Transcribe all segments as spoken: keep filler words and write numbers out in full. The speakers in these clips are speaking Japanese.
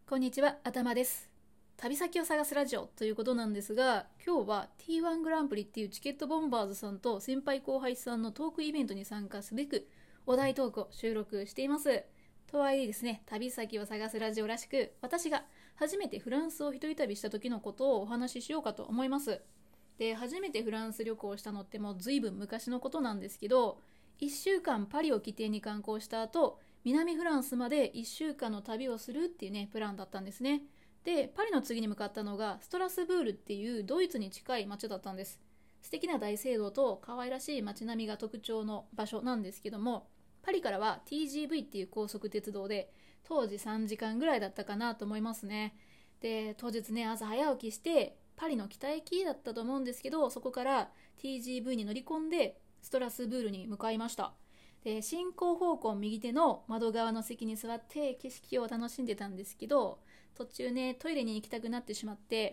こんにちは、頭です。旅先を探すラジオということなんですが、今日は ティーワン グランプリっていうチケットボンバーズさんと先輩後輩さんのトークイベントに参加すべくお題トークを収録しています。とはいえですね、旅先を探すラジオらしく、私が初めてフランスを一人旅した時のことをお話ししようかと思います。で、初めてフランス旅行をしたのってもう随分昔のことなんですけど、いっしゅうかんパリを起点に観光した後、南フランスまでいっしゅうかんの旅をするっていうねプランだったんですね。でパリの次に向かったのがストラスブールっていうドイツに近い街だったんです。素敵な大聖堂と可愛らしい街並みが特徴の場所なんですけども、パリからは ティージーブイ っていう高速鉄道で当時さんじかんぐらいだったかなと思いますね。で当日ね朝早起きしてパリの北駅だったと思うんですけど、そこから ティージーブイ に乗り込んでストラスブールに向かいました。で進行方向右手の窓側の席に座って景色を楽しんでたんですけど、途中ねトイレに行きたくなってしまって、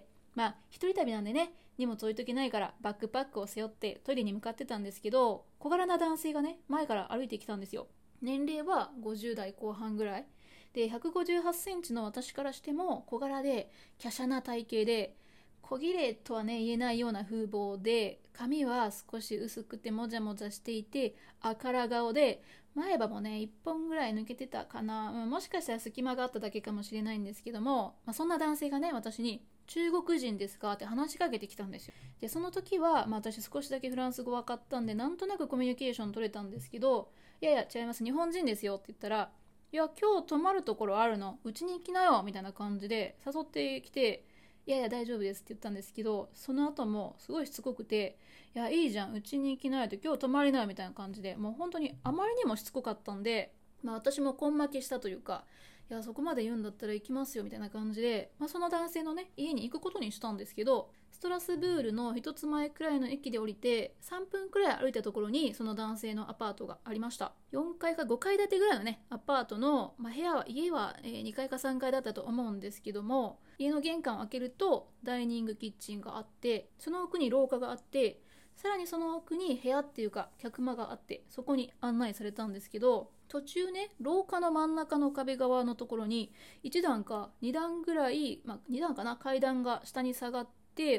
まあ一人旅なんでね荷物置いとけないからバックパックを背負ってトイレに向かってたんですけど、小柄な男性がね前から歩いてきたんですよ。年齢はごじゅう代後半ぐらいで、ひゃくごじゅうはちセンチの私からしても小柄で華奢な体型で、小綺麗とはね言えないような風貌で、髪は少し薄くてもじゃもじゃしていて赤ら顔で、前歯もねいっぽんぐらい抜けてたかな、もしかしたら隙間があっただけかもしれないんですけども、まあ、そんな男性がね私に中国人ですかって話しかけてきたんですよ。でその時は、まあ、私少しだけフランス語分かったんでなんとなくコミュニケーション取れたんですけど、いやいや違います日本人ですよって言ったら、いや今日泊まるところあるのうちに行きなよみたいな感じで誘ってきて、いやいや大丈夫ですって言ったんですけど、その後もすごいしつこくて、いやいいじゃんうちに行きないと今日泊まりなよみたいな感じで、もう本当にあまりにもしつこかったんで、まあ私も根負けしたというか、いやそこまで言うんだったら行きますよみたいな感じで、まあ、その男性のね家に行くことにしたんですけど、ストラスブールの一つ前くらいの駅で降りてさんぷんくらい歩いたところにその男性のアパートがありました。よんかいかごかい建てぐらいのねアパートの、まあ、部屋は家は、えー、にかいかさんがいだったと思うんですけども、家の玄関を開けるとダイニングキッチンがあって、その奥に廊下があって、さらにその奥に部屋っていうか客間があって、そこに案内されたんですけど、途中ね廊下の真ん中の壁側のところにいちだんかにだんぐらい、まあ、にだんかな階段が下に下がって、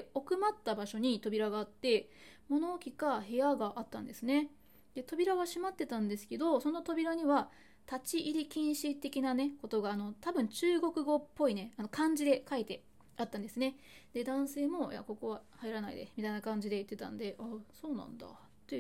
奥まった場所に扉があって物置か部屋があったんですね。で扉は閉まってたんですけど、その扉には立ち入り禁止的なねことが、あの多分中国語っぽいねあの漢字で書いてあったんですね。で男性もいやここは入らないでみたいな感じで言ってたんで、あそうなんだって、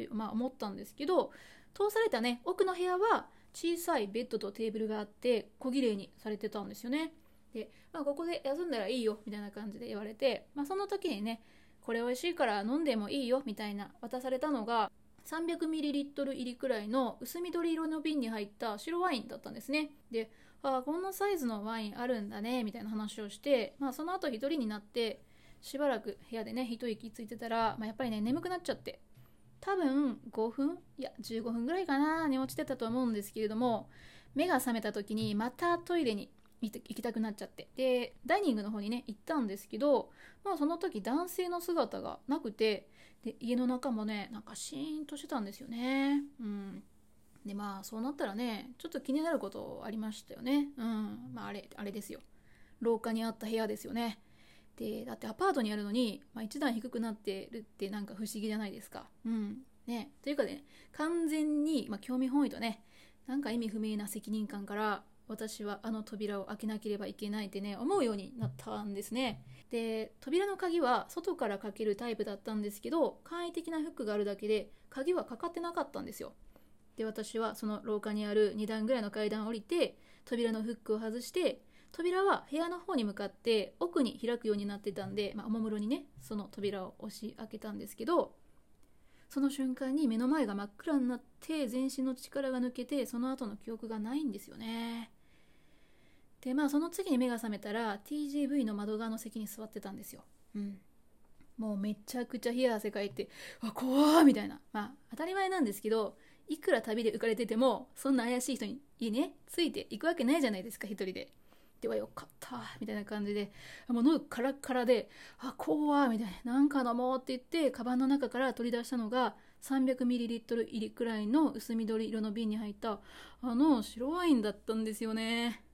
まあ、思ったんですけど、通されたね奥の部屋は小さいベッドとテーブルがあって小綺麗にされてたんですよね。で、まあ、ここで休んだらいいよみたいな感じで言われて、まあ、その時にねこれ美味しいから飲んでもいいよみたいな渡されたのが さんびゃくミリリットル 入りくらいの薄緑色の瓶に入った白ワインだったんですね。で、ああこんなサイズのワインあるんだねみたいな話をして、まあ、その後一人になってしばらく部屋でね一息ついてたら、まあ、やっぱりね眠くなっちゃって、多分ごふんいやじゅうごふんぐらいかなに落ちてたと思うんですけれども、目が覚めた時にまたトイレに行きたくなっちゃって、でダイニングの方にね行ったんですけど、まあ、その時男性の姿がなくて、で家の中もねなんかシーンとしてたんですよね。うんでまあそうなったらねちょっと気になることありましたよね。うんまああれあれですよ、廊下にあった部屋ですよね。でだってアパートにあるのに、まあ、一段低くなってるってなんか不思議じゃないですか。うんねというかね完全に、まあ、興味本位とねなんか意味不明な責任感から、私はあの扉を開けなければいけないってね思うようになったんですね。で扉の鍵は外からかけるタイプだったんですけど、簡易的なフックがあるだけで鍵はかかってなかったんですよ。で私はその廊下にあるにだんぐらいの階段を降りて扉のフックを外して、扉は部屋の方に向かって奥に開くようになってたんで、まあ、おもむろにねその扉を押し開けたんですけど、その瞬間に目の前が真っ暗になって全身の力が抜けて、その後の記憶がないんですよね。でまあその次に目が覚めたら ティージーブイ の窓側の席に座ってたんですよ。うんもうめちゃくちゃ冷や汗かいて、あ怖ーみたいな、まあ当たり前なんですけど、いくら旅で浮かれててもそんな怪しい人にいいねついていくわけないじゃないですか一人で。ではよかったみたいな感じで、もう喉カラッカラで、あ怖ーみたいな、なんか飲もうって言ってカバンの中から取り出したのが さんびゃくミリリットル 入りくらいの薄緑色の瓶に入ったあの白ワインだったんですよね。